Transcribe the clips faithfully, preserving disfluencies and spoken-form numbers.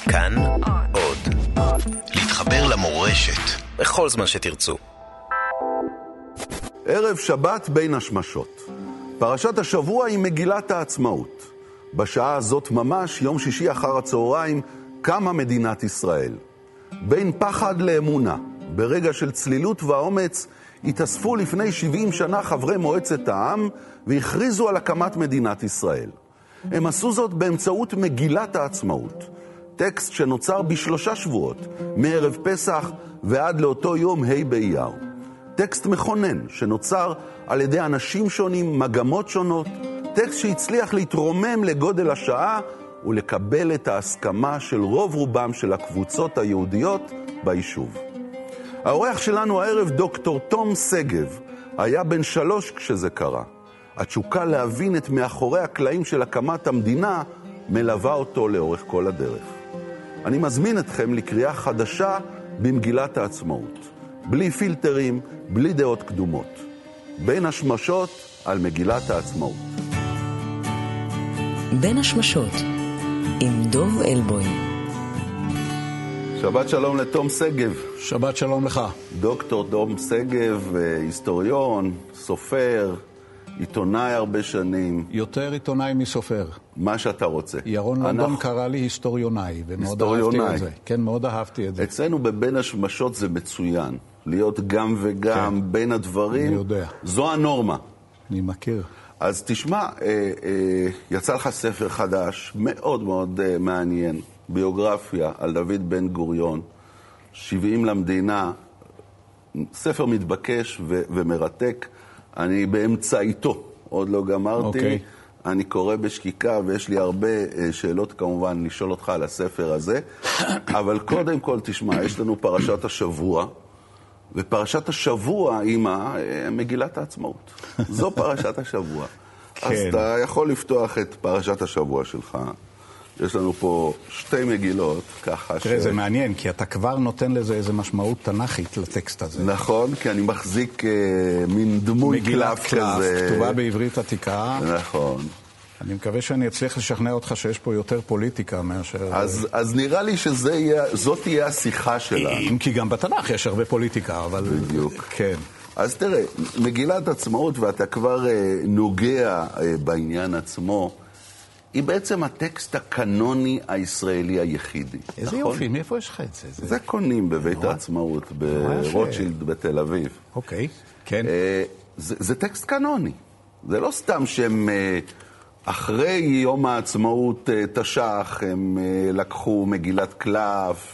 כאן עוד. להתחבר למורשת בכל זמן שתרצו. ערב שבת בין השמשות. פרשת השבוע היא מגילת העצמאות. בשעה הזאת ממש, יום שישי אחר הצהריים, קמה מדינת ישראל. בין פחד לאמונה, ברגע של צלילות והאומץ, התאספו לפני שבעים שנה חברי מועצת העם והכריזו על הקמת מדינת ישראל. הם עשו זאת באמצעות מגילת העצמאות. טקסט שנוצר בשלושה שבועות, מערב פסח ועד לאותו יום ה' באייר. טקסט מכונן שנוצר על ידי אנשים שונים, מגמות שונות, טקסט שהצליח להתרומם לגודל השעה ולקבל את ההסכמה של רוב רובם של הקבוצות היהודיות ביישוב. האורח שלנו הערב דוקטור תום שגב, היה בן שלוש כשזה קרה. התשוקה להבין את מאחורי הקלעים של הקמת המדינה מלווה אותו לאורך כל הדרך. אני מזמין אתכם לקריאה חדשה במגילת העצמאות. בלי פילטרים, בלי דעות קדומות. בין השמשות על מגילת העצמאות. בין השמשות עם דוב אלבוי. שבת שלום לתום שגב. שבת שלום לך. דוקטור תום שגב, היסטוריון, סופר, עיתונאי הרבה שנים. יותר עיתונאי מסופר. מה שאתה רוצה. ירון לונדון אנחנו... קרא לי היסטוריונאי, ומאוד היסטוריונאי. אהבתי את זה. כן, מאוד אהבתי את זה. אצלנו בבין השמשות זה מצוין. להיות גם וגם כן. בין הדברים. אני יודע. זו הנורמה. אני מכיר. אז תשמע, אה, אה, יצא לך ספר חדש, מאוד מאוד אה, מעניין, ביוגרפיה על דוד בן גוריון, שבעים למדינה, ספר מתבקש ו- ומרתק. אני באמצעיתו, עוד לא גמרתי. אוקיי. אני קורא בשקיקה, ויש לי הרבה אה, שאלות כמובן לשאול אותך על הספר הזה. אבל קודם כל, תשמע, יש לנו פרשת השבוע, ופרשת השבוע היא מה? מגילת העצמאות. זו פרשת השבוע. כן. אז אתה יכול לפתוח את פרשת השבוע שלך. יש לנו פה שתי מגילות, ככה תראה, ש... זה מעניין, כי אתה כבר נותן לזה איזו משמעות תנכית לטקסט הזה. נכון, כי אני מחזיק אה, מין דמוי קלף כזה. מגילת קלף, כתובה בעברית עתיקה. נכון. אני מקווה שאני אצליח לשכנע אותך שיש פה יותר פוליטיקה מאשר... אז, אז נראה לי שזאת תהיה השיחה שלה. אם כי גם בתנ"ך יש הרבה פוליטיקה, אבל... בדיוק. כן. אז תראה, מגילת עצמאות, ואתה כבר אה, נוגע אה, בעניין עצמו, היא בעצם הטקסט הקנוני הישראלי היחידי. איזה נכון? יופי, מאיפה יש לך את זה? זה, זה קונים בבית נורא? העצמאות, ברוטשילד בתל אביב. אוקיי, כן. אה, זה, זה טקסט קנוני. זה לא סתם שהם... אה, אחרי יום העצמאות תש"ח הם לקחו מגילת קלף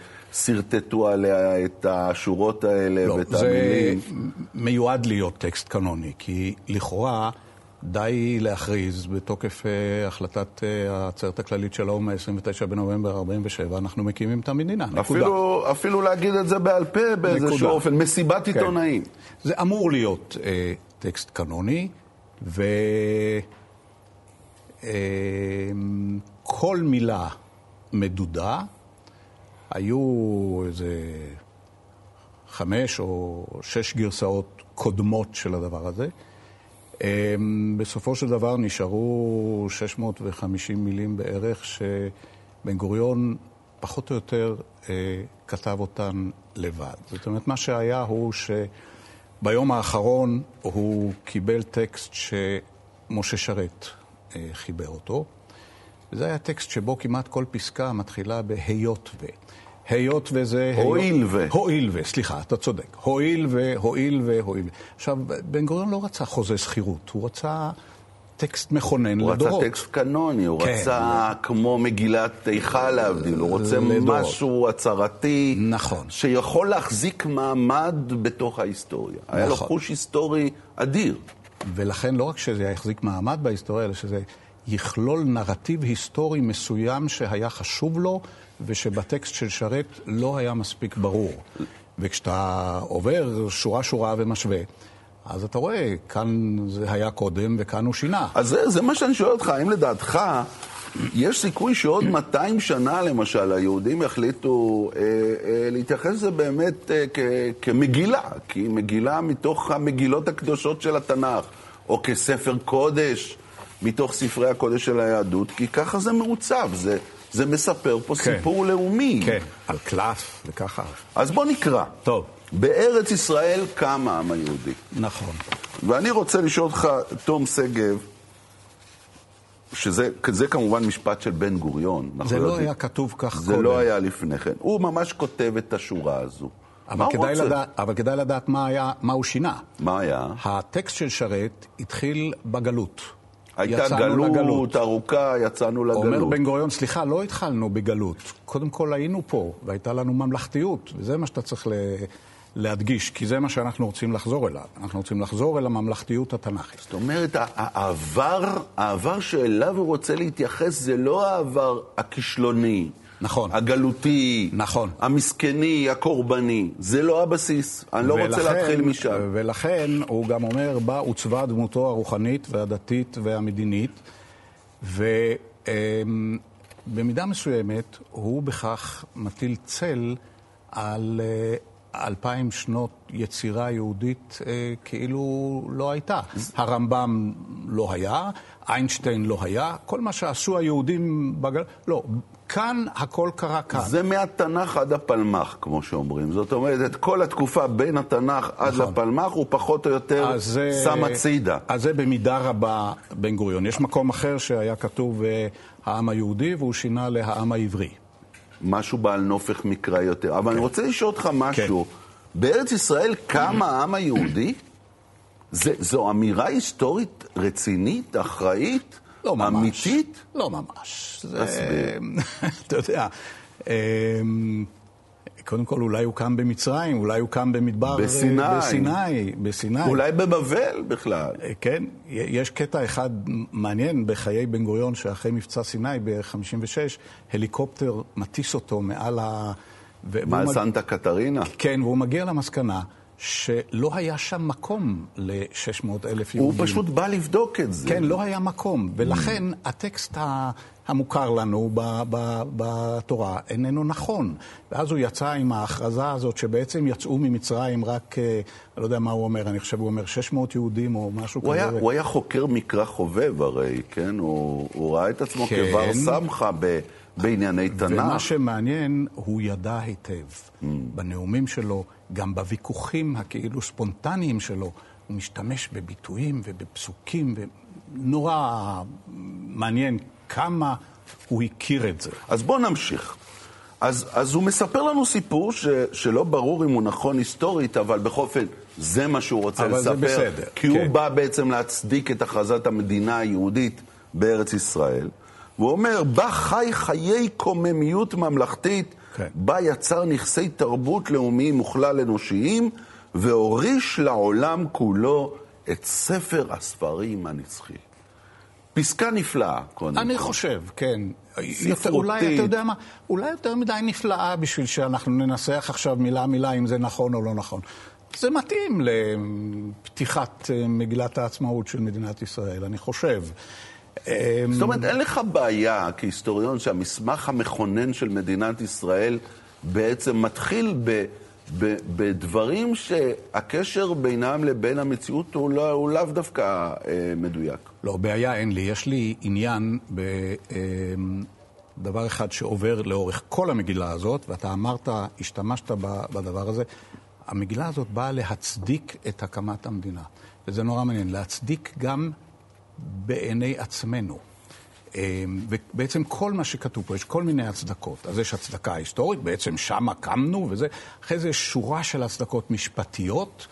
וסרטטו עליה את השורות האלה לא, ואת המילים. זה מיועד להיות טקסט קנוני, כי לכאורה די להכריז בתוקף החלטת העצרת הכללית של האו"ם ה-עשרים ותשעה בנובמבר ארבעים ושבע, אנחנו מקימים את המדינה, נקודה. אפילו, אפילו להגיד את זה בעל פה באיזשהו אופן, מסיבת כן. עיתונאים. זה אמור להיות אה, טקסט קנוני, ו... כל מילה מדודה, היו איזה חמש או שש גרסאות קודמות של הדבר הזה. בסופו של דבר נשארו שש מאות וחמישים מילים בערך, שבן גוריון פחות או יותר כתב אותן לבד. זאת אומרת, מה שהיה הוא שביום האחרון הוא קיבל טקסט שמשה שרת חיבר אותו. וזה היה טקסט שבו כמעט כל פסקה מתחילה בהיות ו. היות וזה... הועיל ו. הועיל ו, סליחה, אתה צודק. הועיל ו, הועיל ו, הועיל ו. עכשיו, בן גוריון לא רצה חוזה שכירות, הוא רצה טקסט מכונן הוא לדורות. הוא רצה טקסט קנוני, הוא כן. רצה כמו מגילת איכה להבדיל, הוא רוצה לדורות. משהו הצהרתי, נכון. שיכול להחזיק מעמד בתוך ההיסטוריה. נכון. היה לו חוש היסטורי אדיר. ולכן לא רק שזה יחזיק מעמד בהיסטוריה, אלא שזה יכלול נרטיב היסטורי מסוים שהיה חשוב לו, ושבטקסט של שרת לא היה מספיק ברור. וכשאתה עובר שורה שורה ומשווה, אז אתה רואה, כאן זה היה קודם וכאן הוא שינה. אז זה, זה מה שאני שואל אותך, האם לדעתך יש סיכוי שעוד מאתיים שנה למשל היהודים יחליטו אה, אה, להתייחס לזה באמת אה, כ, כמגילה, כי מגילה מתוך המגילות הקדושות של התנ"ך, או כספר קודש מתוך ספרי הקודש של היהדות, כי ככה זה מעוצב, זה זה מספר פה כן. סיפור לאומי. כן, על קלף וככה. אז בוא נקרא. טוב. בארץ ישראל קם העם היהודי. נכון. ואני רוצה לשאול אותך, תום שגב, שזה זה כמובן משפט של בן גוריון. זה לא היה כתוב כך זה קודם. לא היה לפני כן. הוא ממש כותב את השורה הזו. אבל כדאי, לדעת, אבל כדאי לדעת מה, היה, מה הוא שינה. מה היה? הטקסט של שרת התחיל בגלות. הייתה גלות לגלות. ארוכה, יצאנו לגלות. אומר בן גוריון, סליחה, לא התחלנו בגלות. קודם כל היינו פה, והייתה לנו ממלכתיות, וזה מה שאתה צריך להדגיש, כי זה מה שאנחנו רוצים לחזור אליו. אנחנו רוצים לחזור אל הממלכתיות התנ"כית. זאת אומרת, העבר, העבר שאליו הוא רוצה להתייחס, זה לא העבר הכישלוני. נכון. הגלותי, נכון. המסכני, הקורבני. זה לא הבסיס. אני לא ולכן, רוצה להתחיל משם. ולכן הוא גם אומר, בה עוצבה דמותו הרוחנית והדתית והמדינית, ובמידה מסוימת הוא בכך מטיל צל על אלפיים שנות יצירה יהודית כאילו לא הייתה. הרמב"ם לא היה, איינשטיין לא היה, כל מה שעשו היהודים בגל... לא, כאן הכל קרה כאן. זה מהתנ"ך עד הפלמ"ח, כמו שאומרים. זאת אומרת, את כל התקופה בין התנ"ך עד נכון. לפלמ"ח הוא פחות או יותר שם הצידה. אז זה במידה רבה בן גוריון. יש מקום אחר שהיה כתוב העם היהודי והוא שינה לעם העברי. משהו בעל נופך מקרא יותר. אבל כן. אני רוצה לשאול אותך משהו. כן. בארץ ישראל קם העם היהודי? זה, זו אמירה היסטורית רצינית, אחראית? לא ממש. אמיתית? לא ממש. זה, אתה יודע, קודם כל אולי הוא קם במצרים, אולי הוא קם במדבר בסיני. בסיני, בסיני. אולי בבבל בכלל. כן, יש קטע אחד מעניין בחיי בן גוריון, שאחרי מבצע סיני ב-חמישים ושש, הליקופטר מטיס אותו מעל ה... מעל סנטה קטרינה? כן, והוא מגיע למסקנה שלא היה שם מקום ל-שש מאות אלף יהודים. הוא פשוט בא לבדוק את זה. כן, לא היה מקום. ולכן הטקסט המוכר לנו בתורה איננו נכון. ואז הוא יצא עם ההכרזה הזאת שבעצם יצאו ממצרים רק, לא יודע מה הוא אומר, אני חושב הוא אומר שש מאות יהודים או משהו הוא כזה. היה, הוא היה חוקר מקרא חובב הרי, כן? הוא, הוא ראה את עצמו כן. כבר סמכה ב... בענייני תנ"ך. ומה שמעניין, הוא ידע היטב. Mm. בנאומים שלו, גם בוויכוחים הכאילו ספונטניים שלו, הוא משתמש בביטויים ובפסוקים, ונורא מעניין כמה הוא הכיר את זה. אז בוא נמשיך. אז, אז הוא מספר לנו סיפור ש, שלא ברור אם הוא נכון היסטורית, אבל בכל אופן זה מה שהוא רוצה אבל לספר. אבל זה בסדר. כי כן. הוא בא בעצם להצדיק את הכרזת המדינה היהודית בארץ ישראל. והוא אומר, בה חי חיי קוממיות ממלכתית, כן. בה יצר נכסי תרבות לאומיים וכלל אנושיים, והוריש לעולם כולו את ספר הספרים הנצחי. פסקה נפלאה, קודם. אני כל. חושב, כן. ספרותית. אולי, אתה יודע מה, אולי יותר מדי נפלאה בשביל שאנחנו ננסח עכשיו מילה מילה אם זה נכון או לא נכון. זה מתאים לפתיחת מגילת העצמאות של מדינת ישראל, אני חושב. זאת אומרת, אין לך בעיה כהיסטוריון שהמסמך המכונן של מדינת ישראל בעצם מתחיל ב, ב, בדברים שהקשר בינם לבין המציאות הוא לא, הוא לאו דווקא אה, מדויק. לא, בעיה אין לי. יש לי עניין בדבר אחד שעובר לאורך כל המגילה הזאת, ואתה אמרת, השתמשת בדבר הזה. המגילה הזאת באה להצדיק את הקמת המדינה. וזה נורא מעניין, להצדיק גם בעיני עצמנו. ובעצם כל מה שכתוב פה, יש כל מיני הצדקות. אז יש הצדקה היסטורית, בעצם שמה קמנו, וזה, אחרי זה יש שורה של הצדקות משפטיות,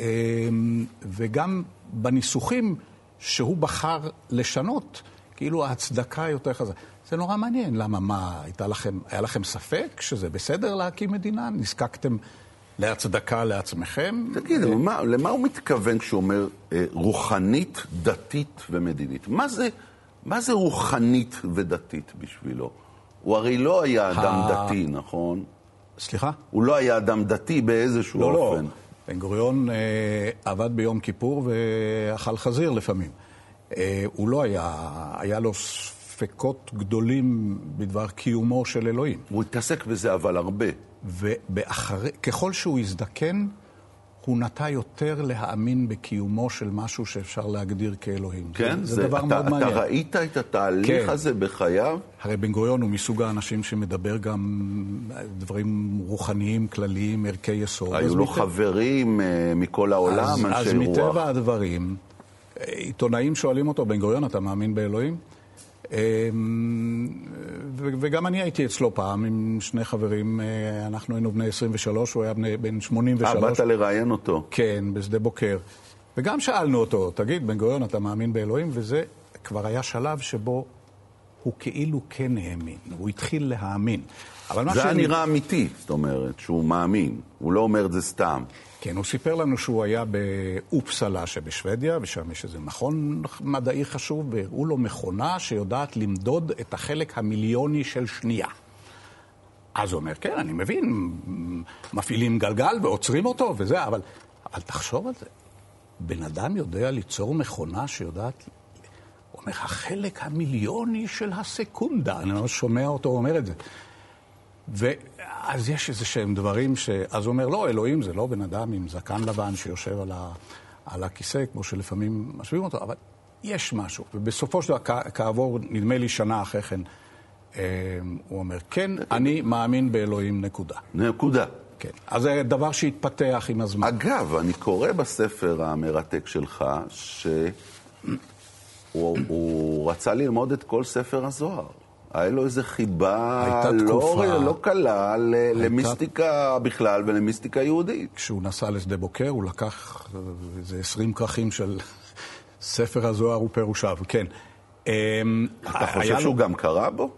וגם בניסוחים שהוא בחר לשנות, כאילו ההצדקה יותר חזרה. זה נורא מעניין. למה? מה, הייתה לכם, היה לכם ספק שזה בסדר להקים מדינה? נזקקתם להצדקה לעצמכם? תגיד, למה, למה הוא מתכוון כשהוא אומר אה, רוחנית, דתית ומדינית? מה זה, מה זה רוחנית ודתית בשבילו? הוא הרי לא היה אדם ה... דתי, נכון? סליחה? הוא לא היה אדם דתי באיזשהו לא, אופן. לא. בן גוריון אה, עבד ביום כיפור ואכל חזיר לפעמים. אה, הוא לא היה, היה לו ספקות גדולים בדבר קיומו של אלוהים. הוא התעסק בזה אבל הרבה. וככל שהוא הזדקן, הוא נטה יותר להאמין בקיומו של משהו שאפשר להגדיר כאלוהים. כן? זה, זה, זה דבר אתה, מאוד אתה מעניין. אתה ראית את התהליך כן. הזה בחייו? הרי בן גוריון הוא מסוג האנשים שמדבר גם דברים רוחניים, כלליים, ערכי יסוד. היו לו מת... חברים uh, מכל העולם, אז, אנשי אז רוח. אז מטבע הדברים, עיתונאים שואלים אותו, בן גוריון, אתה מאמין באלוהים? וגם אני הייתי אצלו פעם עם שני חברים, אנחנו היינו בני עשרים ושלוש, הוא היה בן שמונים ושלוש. אה, באת לראיין אותו. כן, בשדה בוקר. וגם שאלנו אותו, תגיד, בן גוריון, אתה מאמין באלוהים? וזה כבר היה שלב שבו הוא כאילו כן האמין, הוא התחיל להאמין. זה היה נראה אמיתי, זאת אומרת, שהוא מאמין, הוא לא אומר את זה סתם. כן, הוא סיפר לנו שהוא היה באופסלה שבשוודיה, ושם יש איזה מכון מדעי חשוב, והראו לו מכונה שיודעת למדוד את החלק המיליוני של שנייה. אז הוא אומר, כן, אני מבין, מפעילים גלגל ועוצרים אותו וזה, אבל, אבל תחשוב על זה. בן אדם יודע ליצור מכונה שיודעת, הוא אומר, החלק המיליוני של הסקונדה, אני לא שומע אותו אומר את זה. ואז יש איזה שהם דברים ש... אז הוא אומר, לא, אלוהים זה לא בן אדם עם זקן לבן שיושב על, ה... על הכיסא, כמו שלפעמים משווים אותו, אבל יש משהו. ובסופו של דבר, כעבור, נדמה לי שנה אחרי כן, אה, הוא אומר, כן, אני מאמין באלוהים, נקודה. נקודה. כן. אז זה דבר שהתפתח עם הזמן. אגב, אני קורא בספר המרתק שלך, שהוא הוא רצה ללמוד את כל ספר הזוהר. היה לו איזו חיבה לא, לא קלה למיסטיקה בכלל ולמיסטיקה יהודית. כשהוא נסע לשדה בוקר, הוא לקח איזה עשרים כרכים של ספר הזוהר ופירושיו, כן. אתה חושב שהוא גם קרא בו?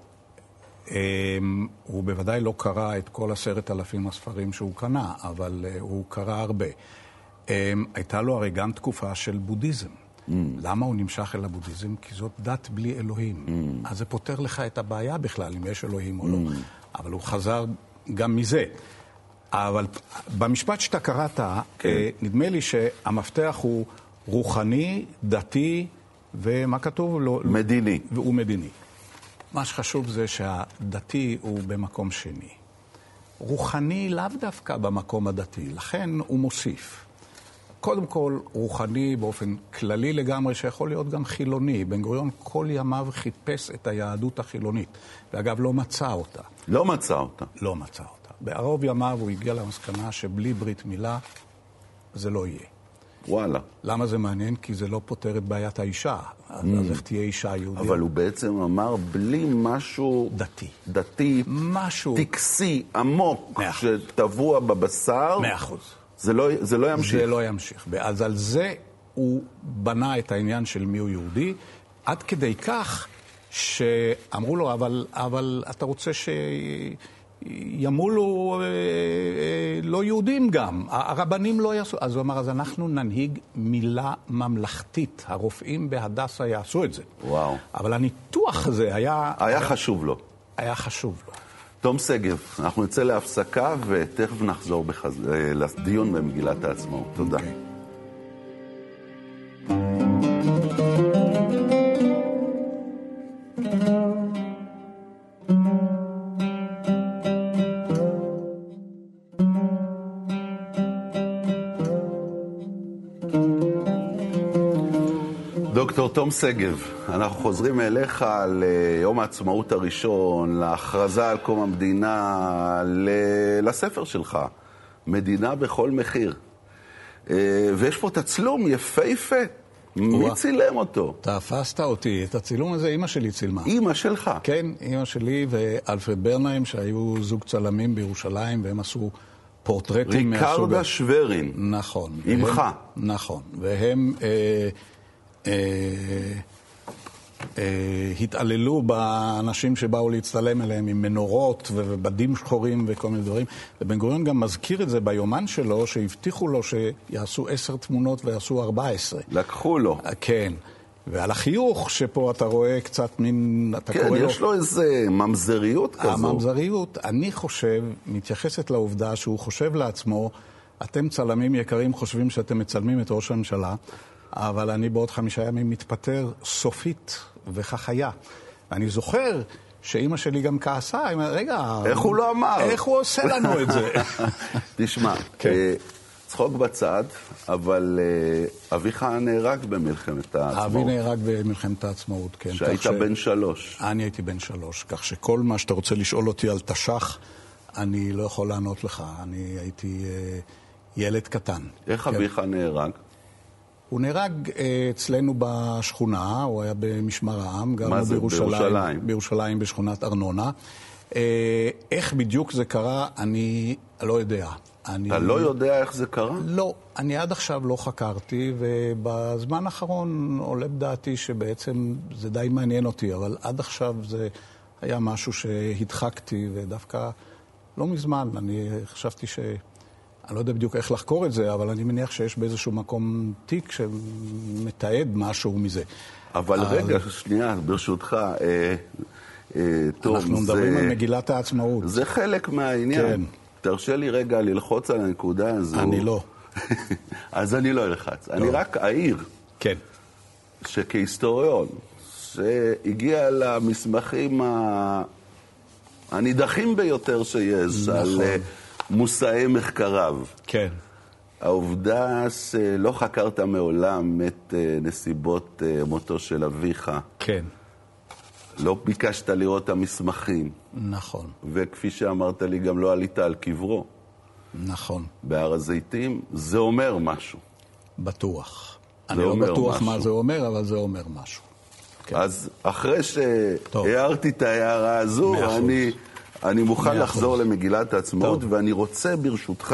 הוא בוודאי לא קרא את כל עשרת אלפים הספרים שהוא קנה, אבל הוא קרא הרבה. הייתה לו הרי גם תקופה של בודהיזם. Mm. למה הוא נמשך אל הבודהיזם? כי זאת דת בלי אלוהים. Mm. אז זה פותר לך את הבעיה בכלל, אם יש אלוהים או mm. לא. אבל הוא חזר גם מזה. אבל במשפט שאתה קראת, okay. נדמה לי שהמפתח הוא רוחני, דתי, ומה כתוב? מדיני. והוא מדיני. מה שחשוב זה שהדתי הוא במקום שני. רוחני לאו דווקא במקום הדתי, לכן הוא מוסיף. קודם כל, רוחני באופן כללי לגמרי, שיכול להיות גם חילוני. בן גוריון כל ימיו חיפש את היהדות החילונית, ואגב, לא מצא אותה. לא מצא אותה? לא מצא אותה. בערוב ימיו הוא הגיע למסקנה שבלי ברית מילה זה לא יהיה. וואלה. למה זה מעניין? כי זה לא פותר את בעיית האישה. Mm. אז איך תהיה אישה יהודית? אבל הוא בעצם אמר בלי משהו... דתי. דתי. משהו... טקסי, עמוק, שטבוע בבשר. מאה אחוז. זה לא, זה לא ימשיך. זה לא ימשיך. אז על זה הוא בנה את העניין של מיהו יהודי, עד כדי כך שאמרו לו, אבל, אבל אתה רוצה שימולו אה, אה, לא יהודים גם, הרבנים לא יעשו. אז הוא אמר, אז אנחנו ננהיג מילה ממלכתית, הרופאים בהדסה יעשו את זה. וואו. אבל הניתוח הזה היה... היה חשוב לו. היה חשוב לו. תום שגב, אנחנו נצא להפסקה ותכף נחזור בחז... לדיון במגילת העצמאות. תודה. Okay. דוקטור תום שגב, אנחנו חוזרים אליך ליום העצמאות הראשון, להכרזה על קום המדינה, לספר שלך, מדינה בכל מחיר. ויש פה תצלום יפהפה, מי צילם אותו? תפסת אותי, את הצילום הזה אמא שלי צילמה. אמא שלך? כן, אמא שלי ואלפרד ברנהיים, שהיו זוג צלמים בירושלים, והם עשו פורטרטים מהסוג... ריקרדה שוורין. נכון. אמך. נכון, והם... אה, אה, אה, התעללו באנשים שבאו להצטלם אליהם עם מנורות ובדים שחורים וכל מיני דברים. ובן גוריון גם מזכיר את זה ביומן שלו, שהבטיחו לו שיעשו עשר תמונות ויעשו ארבע עשרה. לקחו לו. כן. ועל החיוך שפה אתה רואה קצת מין... כן, יש לו איזה ממזריות כזו. הממזריות, אני חושב, מתייחסת לעובדה שהוא חושב לעצמו, אתם צלמים יקרים חושבים שאתם מצלמים את ראש הממשלה, אבל אני בעוד חמישה ימים מתפטר סופית וכך היה. ואני זוכר שאמא שלי גם כעסה, היא אומרת, רגע... איך הוא לא אמר? איך הוא עושה לנו את זה? תשמע, כן. צחוק בצד, אבל uh, אביך נהרג במלחמת העצמאות. אבי נהרג במלחמת העצמאות, כן. שהיית ש... בן שלוש. אני הייתי בן שלוש, כך שכל מה שאתה רוצה לשאול אותי על תש"ח, אני לא יכול לענות לך. אני הייתי uh, ילד קטן. איך כן. אביך נהרג? הוא נהרג uh, אצלנו בשכונה, הוא היה במשמר העם, מה זה? בירושלים, בירושלים? בירושלים, בשכונת ארנונה. Uh, איך בדיוק זה קרה, אני לא יודע. אני... אתה לא יודע איך זה קרה? לא, אני עד עכשיו לא חקרתי, ובזמן האחרון עולה בדעתי שבעצם זה די מעניין אותי, אבל עד עכשיו זה היה משהו שהדחקתי, ודווקא לא מזמן. אני חשבתי ש... אני לא יודע בדיוק איך לחקור את זה, אבל אני מניח שיש באיזשהו מקום תיק שמתעד משהו מזה. אבל על... רגע, שנייה, ברשותך, אה, אה, טוב, אנחנו זה... מדברים על מגילת העצמאות. זה חלק מהעניין. כן. תרשה לי רגע ללחוץ על הנקודה הזו. אני לא. אז אני לא אלחץ. לא. אני רק אעיר. כן. שכהיסטוריון, שהגיע למסמכים ה... הנידחים ביותר שיש, נכון. על מושאי מחקריו. כן. העובדה שלא חקרת מעולם את נסיבות מותו של אביך. כן. לא ביקשת לראות את המסמכים. נכון. וכפי שאמרת לי, גם לא עלית על קברו. נכון. בהר הזיתים, זה אומר משהו. בטוח. אני לא בטוח משהו. מה זה אומר, אבל זה אומר משהו. כן. אז אחרי שהערתי את ההערה הזו, אני, אני מוכן לחזור למגילת העצמאות, טוב. ואני רוצה ברשותך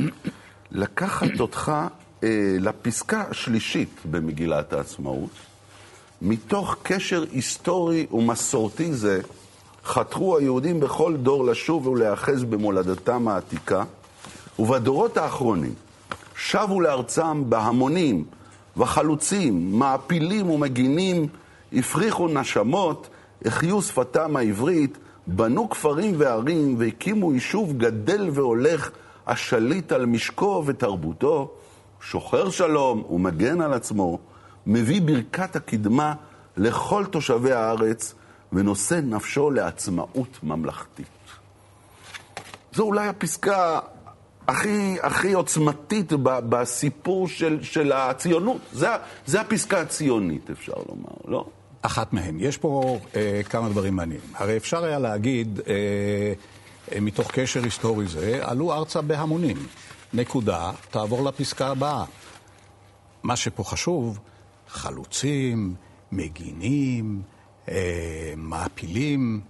לקחת אותך אה, לפסקה השלישית במגילת העצמאות, מתוך קשר היסטורי ומסורתי זה, חתרו היהודים בכל דור לשוב ולהאחז במולדתם העתיקה, ובדורות האחרונים שבו לארצם בהמונים וחלוצים, מעפילים ומגינים, הפריחו נשמות, החיו שפתם העברית, בנו כפרים וערים והקימו יישוב גדל והולך, השליט על משקו ותרבותו, שוחר שלום ומגן על עצמו, מביא ברכת הקדמה לכל תושבי הארץ ונושא נפשו לעצמאות ממלכתית. זו אולי הפסקה הכי, הכי עוצמתית בסיפור של, של הציונות. זה, זה הפסקה הציונית, אפשר לומר, לא? אחת מהן. יש פה אה, כמה דברים מעניינים. הרי אפשר היה להגיד, אה, אה, מתוך קשר היסטורי זה, עלו ארצה בהמונים. נקודה, תעבור לפסקה הבאה. מה שפה חשוב, חלוצים, מגינים, אה, מעפילים,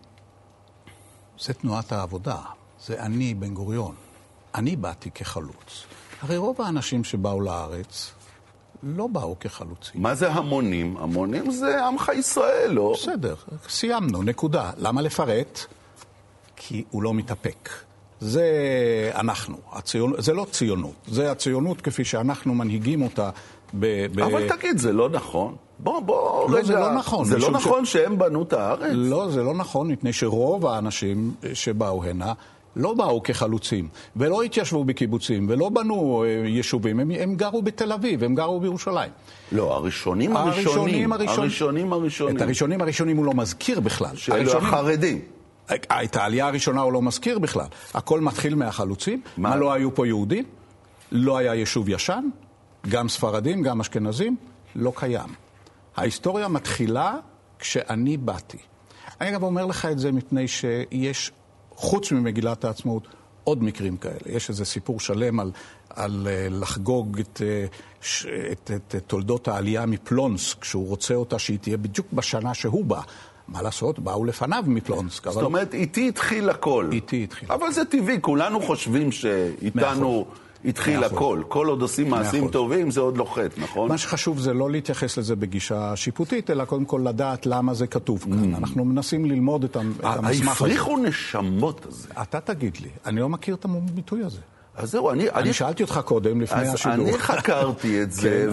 זה תנועת העבודה. זה אני, בן גוריון. אני באתי כחלוץ. הרי רוב האנשים שבאו לארץ לא באו כחלוצים. מה זה המונים? המונים זה עמך ישראל, לא? בסדר, סיימנו, נקודה. למה לפרט? כי הוא לא מתאפק. זה אנחנו. הציונ... זה לא ציונות. זה הציונות כפי שאנחנו מנהיגים אותה ב... ב... אבל תגיד, זה לא נכון. בוא, בוא, לא, רגע. זה לא נכון. זה לא נכון ש... שהם בנו את הארץ? לא, זה לא נכון, מפני שרוב האנשים שבאו הנה לא באו כחלוצים, ולא התיישבו בקיבוצים, ולא בנו יישובים, הם, הם גרו בתל אביב, הם גרו בירושלים. לא, הראשונים הראשונים, הראשונים, הראשונים הראשונים. את הראשונים הראשונים הוא לא מזכיר בכלל. שאלו החרדים. את העלייה הראשונה הוא לא מזכיר בכלל. הכל מתחיל מהחלוצים. מה, מה לא היו פה יהודים? לא היה יישוב ישן, גם ספרדים, גם אשכנזים, לא קיים. ההיסטוריה מתחילה כשאני באתי. אני גם אומר לך את זה מפני שיש, חוץ ממגילת העצמאות, עוד מקרים כאלה. יש איזה סיפור שלם על, על לחגוג את, את, את, את תולדות העלייה מפלונסק, כשהוא רוצה אותה שהיא תהיה בדיוק בשנה שהוא בא. מה לעשות? באו לפניו מפלונסק. זאת אומרת, איתי התחיל הכל. איתי התחיל. אבל זה טבעי, כולנו חושבים שאיתנו התחיל הכל. כל עוד עושים מעשים טובים, זה עוד לא חטא, נכון? מה שחשוב זה לא להתייחס לזה בגישה שיפוטית, אלא קודם כל לדעת למה זה כתוב כאן. אנחנו מנסים ללמוד את המסמך הזה. ההפריחו נשמות הזה. אתה תגיד לי, אני לא מכיר את הביטוי הזה. אז זהו, אני... אני שאלתי אותך קודם, לפני השידור. אז אני חקרתי את זה,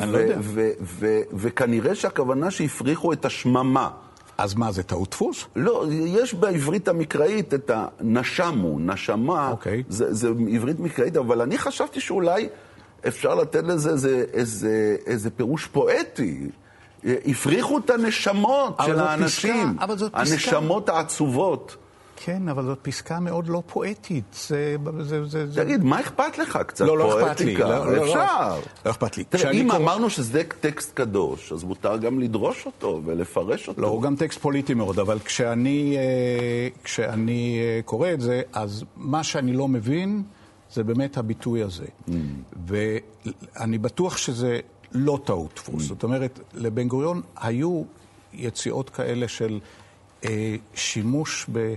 וכנראה שהכוונה שהפריחו את השממה. אז מה, זה טעות דפוס? לא, יש בעברית המקראית את הנשמו, נשמה, okay. זה, זה עברית מקראית, אבל אני חשבתי שאולי אפשר לתת לזה איזה, איזה, איזה פירוש פואטי. הפריחו את הנשמות של האנשים, פסקה, הנשמות העצובות. כן, אבל זאת פסקה מאוד לא פואטית. זה, זה, זה, זה... תגיד, מה אכפת לך קצת לא, לא פואטיקה? אכפת לי. לא, לא, אפשר. לא אכפת לי. תראה, אם קורא... אמרנו שזה טקסט קדוש, אז מותר גם לדרוש אותו ולפרש אותו. לא, הוא גם טקסט פוליטי מאוד, אבל כשאני, כשאני קורא את זה, אז מה שאני לא מבין זה באמת הביטוי הזה. Mm. ואני בטוח שזה לא טעות דפוס. Mm. זאת אומרת, לבן גוריון היו יציאות כאלה של אה, שימוש ב...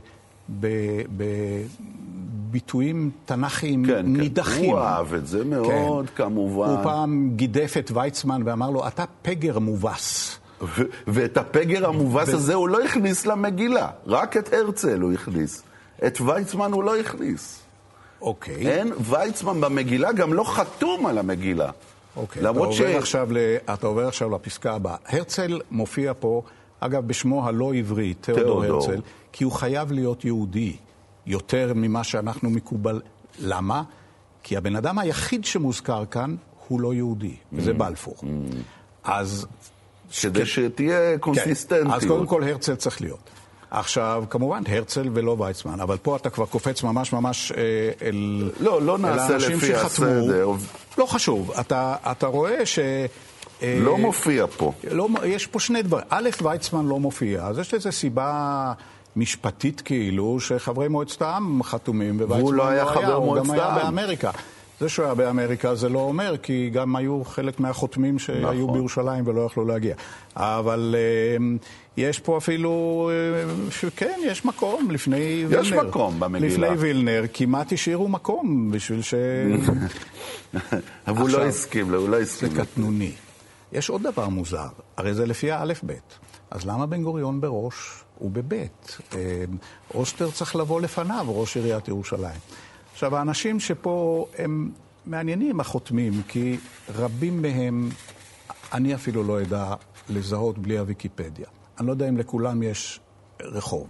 בביטויים תנ"כיים כן, נידחים. כן. הוא אהב את זה מאוד, כן. כמובן. הוא פעם גידף את ויצמן ואמר לו, אתה פגר מובס. ו- ואת הפגר המובס ו- הזה הוא לא הכניס למגילה. רק את הרצל הוא הכניס. את ויצמן הוא לא הכניס. אוקיי. אין, ויצמן במגילה גם לא חתום על המגילה. אוקיי. למרות אתה, עובר ש... עכשיו ל... אתה עובר עכשיו לפסקה הבאה. הרצל מופיע פה, אגב, בשמו הלא עברי, תיאודור הרצל, כי הוא חייב להיות יהודי, יותר ממה שאנחנו מקובל. למה? כי הבן אדם היחיד שמוזכר כאן הוא לא יהודי, וזה בלפור. אז... כדי שתהיה קונסיסטנטיות. אז קודם כל הרצל צריך להיות. עכשיו, כמובן, הרצל ולא ויצמן, אבל פה אתה כבר קופץ ממש ממש אל... לא, לא נעשה לפי הסדר. לא חשוב, אתה, אתה רואה ש... לא מופיע פה. לא, יש פה שני דברים. א', ויצמן לא מופיע, אז יש לזה סיבה משפטית כאילו, שחברי מועצת העם חתומים, והוא לא היה חבר מועצת העם. הוא גם היה באמריקה. זה שהוא היה באמריקה זה לא אומר, כי גם היו חלק מהחותמים שהיו נכון. בירושלים ולא יכלו להגיע. אבל uh, יש פה אפילו, uh, שכן, יש מקום לפני יש וילנר. יש מקום במגילה. לפני וילנר כמעט השאירו מקום בשביל ש... אבל הוא לא הסכים, הוא לא הסכים. זה קטנוני. יש עוד דבר מוזר, הרי זה לפי האלף בית. אז למה בן גוריון בראש ובבית? אוסטר צריך לבוא לפניו, ראש עיריית ירושלים. עכשיו, האנשים שפה הם מעניינים, החותמים, כי רבים מהם, אני אפילו לא יודע לזהות בלי הוויקיפדיה. אני לא יודע אם לכולם יש רחוב.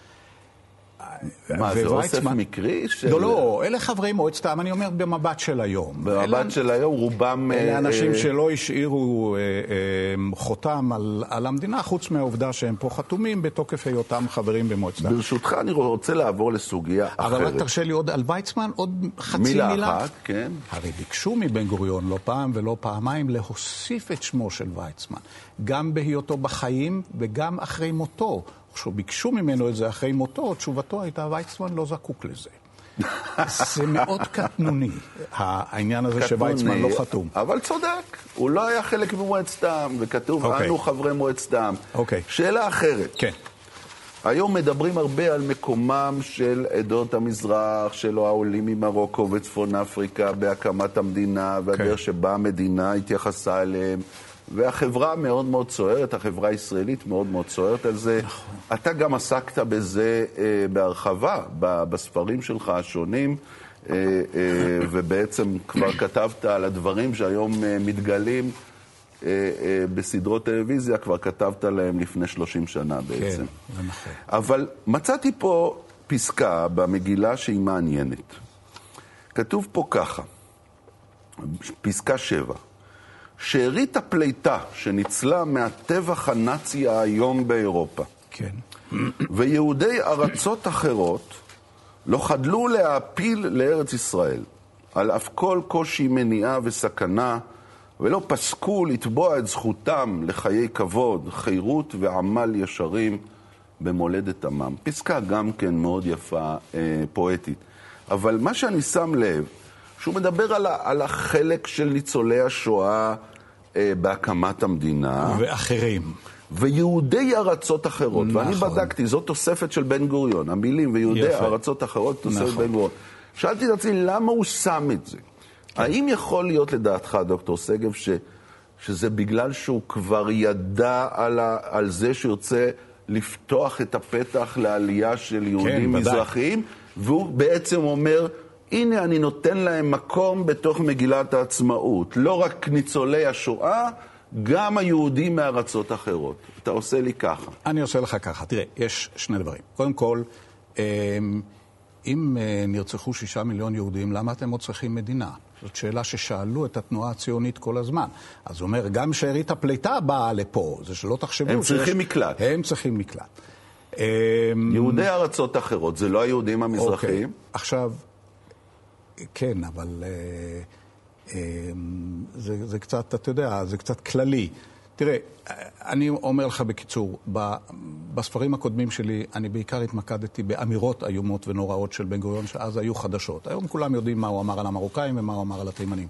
מה, זה אוסף מקרי? לא, לא, אלה חברי מועצת העם, אני אומר במבט של היום. במבט של היום, רובם... אלה אנשים שלא השאירו חותם על המדינה, חוץ מהעובדה שהם פה חתומים בתוקף היותם חברים במועצת העם. ברשותך, אני רוצה לעבור לסוגיה אחרת. אבל רק תרשה לי עוד על ויצמן, עוד חצי מילה. מילה אחת, כן. הרי ביקשו מבן גוריון לא פעם ולא פעמיים להוסיף את שמו של ויצמן, גם בהיותו בחיים וגם אחרי מותו. כשביקשו ממנו את זה אחרי מותו, תשובתו הייתה, ויצמן לא זקוק לזה. זה מאוד קטנוני, העניין הזה שוויצמן לא חתום. אבל צודק, הוא לא היה חלק ממועצת העם, וכתוב, אנו חברי מועצת העם. שאלה אחרת. כן. היום מדברים הרבה על מקומם של עדות המזרח, של העולים ממרוקו וצפון אפריקה בהקמת המדינה, והדרך שבה המדינה התייחסה אליהם. והחברה מאוד מאוד צוערת, החברה הישראלית מאוד מאוד צוערת על זה. נכון. אתה גם עסקת בזה אה, בהרחבה, בספרים שלך השונים, אה, אה, ובעצם כבר כתבת על הדברים שהיום אה, מתגלים אה, אה, בסדרות טלוויזיה, כבר כתבת עליהם לפני שלושים שנה בעצם. כן, זה נכון. אבל מצאתי פה פסקה במגילה שהיא מעניינת. כתוב פה ככה, פסקה שבע. שארית הפליטה שניצלה מהטבח הנאצי האיום באירופה. כן. ויהודי ארצות אחרות לא חדלו להפיל לארץ ישראל, על אף כל קושי מניעה וסכנה, ולא פסקו לתבוע את זכותם לחיי כבוד, חירות ועמל ישרים במולדת עמם. פסקה גם כן מאוד יפה, אה, פואטית. אבל מה שאני שם לב, שהוא מדבר על, ה, על החלק של ניצולי השואה אה, בהקמת המדינה. ואחרים. ויהודי ארצות אחרות. נכון. ואני בדקתי, זאת תוספת של בן גוריון. המילים ויהודי יפה. ארצות אחרות, תוספת נכון. בן גוריון. שאלתי את עצמי, למה הוא שם את זה? כן. האם יכול להיות לדעתך, דוקטור סגב, ש, שזה בגלל שהוא כבר ידע על, ה, על זה שיוצא לפתוח את הפתח לעלייה של יהודים כן, מזרחיים, והוא בעצם אומר... הנה אני נותן להם מקום בתוך מגילת העצמאות. לא רק ניצולי השואה, גם היהודים מארצות אחרות. אתה עושה לי ככה. אני עושה לך ככה. תראה, יש שני דברים. קודם כל, אם נרצחו שישה מיליון יהודים, למה אתם עוד צריכים מדינה? זאת שאלה ששאלו את התנועה הציונית כל הזמן. אז הוא אומר, גם שארית הפליטה באה לפה. זה שלא תחשבו... הם צריכים מקלט. הם צריכים מקלט. יהודי ארצות אחרות, זה לא היהודים המזרחיים? עכשיו, כן, אבל זה, זה קצת, אתה יודע, זה קצת כללי. תראה, אני אומר לך בקיצור, בספרים הקודמים שלי אני בעיקר התמקדתי באמירות איומות ונוראות של בן גוריון, שאז היו חדשות. היום כולם יודעים מה הוא אמר על המרוקאים ומה הוא אמר על התימנים.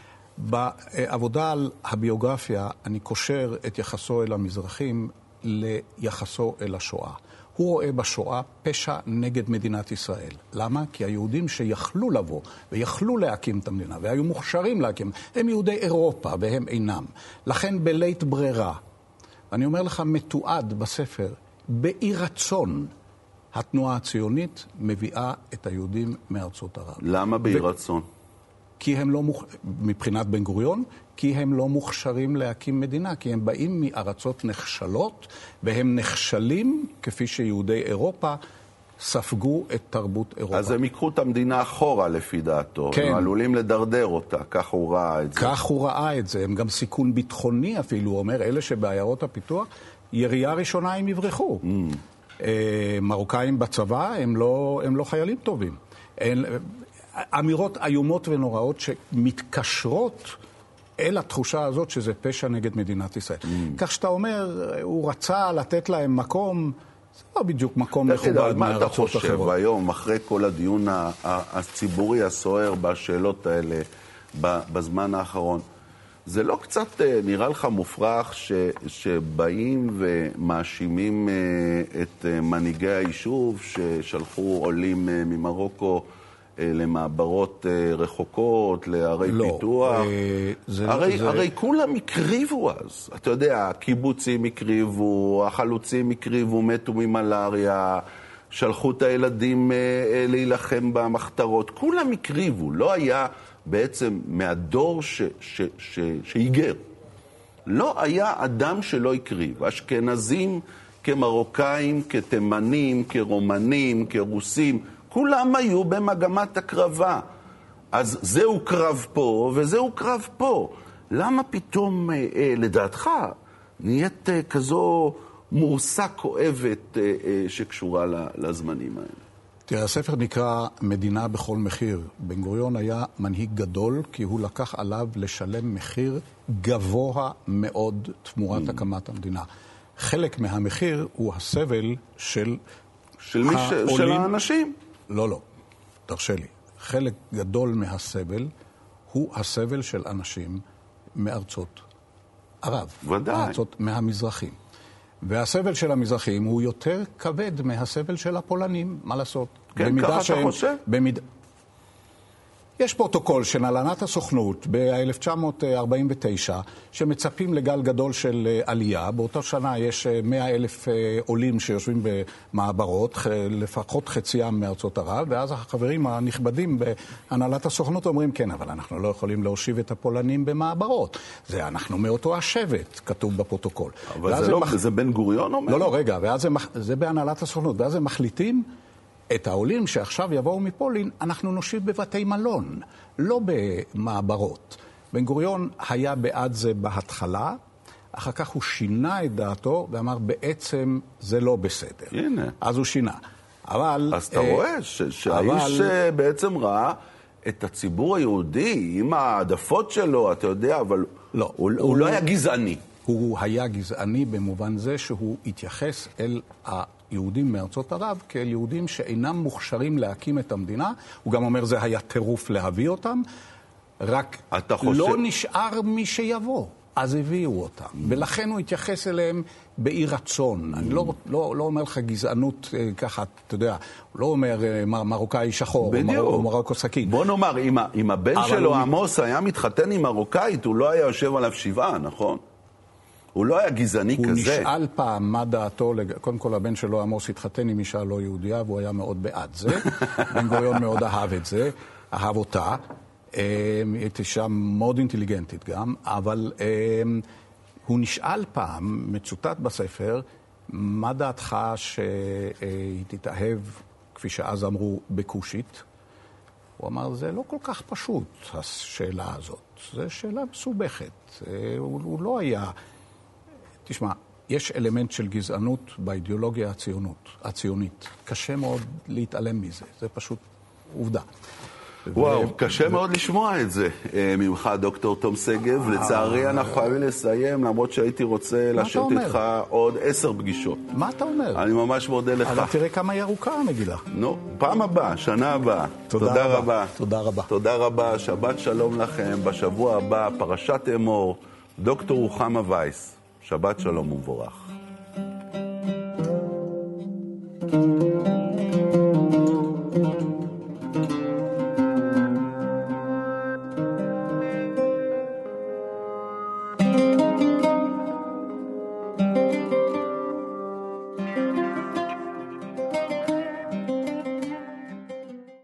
בעבודה על הביוגרפיה אני קושר את יחסו אל המזרחים ליחסו אל השואה. הוא רואה בשואה פשע נגד מדינת ישראל. למה? כי היהודים שיכלו לבוא ויכלו להקים את המדינה והיו מוכשרים להקים, הם יהודי אירופה והם אינם. לכן בלית ברירה, אני אומר לך מתועד בספר, באי רצון, התנועה הציונית מביאה את היהודים מארצות ערב. למה באי רצון? כי הם לא, מוכ... מבחינת בן גוריון, כי הם לא מוכשרים להקים מדינה, כי הם באים מארצות נכשלות, והם נכשלים כפי שיהודי אירופה ספגו את תרבות אירופה. אז הם יקחו את המדינה אחורה לפי דעתו, כן. הם עלולים לדרדר אותה, כך הוא ראה את זה. כך הוא ראה את זה, הם גם סיכון ביטחוני אפילו, הוא אומר, אלה שבעיירות הפיתוח, ירייה ראשונה הם יברחו. Mm. מרוקאים בצבא הם לא, הם לא חיילים טובים. הם... אמירות איומות ונוראות שמתקשרות אל התחושה הזאת שזה פשע נגד מדינת ישראל. Mm. כך שאתה אומר, הוא רצה לתת להם מקום, זה לא בדיוק מקום מכובד מארצות אחרות. מה אתה חושב היום, אחרי כל הדיון הציבורי הסוער בשאלות האלה בזמן האחרון, זה לא קצת נראה לך מופרך ש, שבאים ומאשימים את מנהיגי היישוב ששלחו עולים ממרוקו למעברות רחוקות, לערי לא, פיתוח. זה, הרי, זה... הרי כולם הקריבו אז. אתה יודע, הקיבוצים הקריבו, החלוצים הקריבו, מתו ממלריה, שלחו את הילדים להילחם במחתרות. כולם הקריבו. לא היה בעצם מהדור ש, ש, ש, שהיגר. לא היה אדם שלא הקריב. אשכנזים כמרוקאים, כתימנים, כרומנים, כרוסים, כולם היו במגמת הקרבה. אז זהו קרב פה וזהו קרב פה. למה פתאום, אה, אה, לדעתך, נהיית אה, כזו מורסה כואבת אה, אה, שקשורה לזמנים האלה? תראה, הספר נקרא מדינה בכל מחיר. בן גוריון היה מנהיג גדול, כי הוא לקח עליו לשלם מחיר גבוה מאוד תמורת mm. הקמת המדינה. חלק מהמחיר הוא הסבל של, של, מי ש... של האנשים. לא, לא, תרשה לי. חלק גדול מהסבל הוא הסבל של אנשים מארצות ערב. ודאי. מארצות מהמזרחים. והסבל של המזרחים הוא יותר כבד מהסבל של הפולנים, מה לעשות? כן, ככה אתה חושב? במיד... יש פרוטוקול של הנהלת הסוכנות ב-אלף תשע מאות ארבעים ותשע שמצפים לגל גדול של עלייה. באותה שנה יש מאה אלף עולים שיושבים במעברות, לפחות חציים מארצות ערב, ואז החברים הנכבדים בהנהלת הסוכנות אומרים, כן, אבל אנחנו לא יכולים להושיב את הפולנים במעברות. זה אנחנו מאותו השבט, כתוב בפרוטוקול. אבל זה לא, מח... זה בן גוריון אומר? לא, לא, רגע, ואז זה, מח... זה בהנהלת הסוכנות, ואז הם מחליטים את העולים שעכשיו יבואו מפולין, אנחנו נושיב בבתי מלון, לא במעברות. בן גוריון היה בעד זה בהתחלה, אחר כך הוא שינה את דעתו ואמר, בעצם זה לא בסדר. הנה. אז הוא שינה. אבל... אז אתה אה, רואה ש- שהאיש אבל... בעצם ראה את הציבור היהודי עם העדפות שלו, אתה יודע, אבל לא, הוא, הוא, הוא לא היה גזעני. הוא היה גזעני במובן זה שהוא התייחס אל ה... יהודים מארצות ערב כאל יהודים שאינם מוכשרים להקים את המדינה. הוא גם אומר זה היה טירוף להביא אותם, רק חושב... לא נשאר מי שיבוא, אז הביאו אותם. Mm. ולכן הוא התייחס אליהם באי רצון. Mm. אני לא, לא, לא אומר לך גזענות ככה, אתה יודע, הוא לא אומר מר, מרוקאי שחור או, או מרוקו סכין. בוא נאמר, אם, אם הבן שלו הוא... עמוס היה מתחתן עם מרוקאית, הוא לא היה יושב עליו שבעה, נכון? הוא לא היה גזעני הוא כזה. הוא נשאל פעם מה דעתו, לג... קודם כל הבן שלו עמוס התחתן עם אישה לא יהודיה, והוא היה מאוד בעד זה. בן גוריון מאוד אהב את זה, אהב אותה. הייתה אישה מאוד אינטליגנטית גם, אבל הוא נשאל פעם, מצוטט בספר, מה דעתך שהיא תתאהב, כפי שאז אמרו, בקושית? הוא אמר, זה לא כל כך פשוט, השאלה הזאת. זו שאלה מסובכת. הוא, הוא לא היה... תשמע, יש אלמנט של גזענות באידיאולוגיה הציונות, הציונית. קשה מאוד להתעלם מזה, זה פשוט עובדה. וואו, ו... קשה ו... מאוד לשמוע את זה ממך, דוקטור תום שגב. לצערי אנחנו חייבים לסיים, למרות שהייתי רוצה לשבת איתך עוד עשר פגישות. מה אתה אומר? אני ממש מודה לך. אבל תראה כמה היא ארוכה המגילה. נו, פעם הבאה, שנה הבאה. תודה, תודה רבה. רבה. תודה רבה. תודה רבה, שבת שלום לכם. בשבוע הבא, פרשת אמור, דוקטור רוחמה וייס. שבת שלום ומבורך.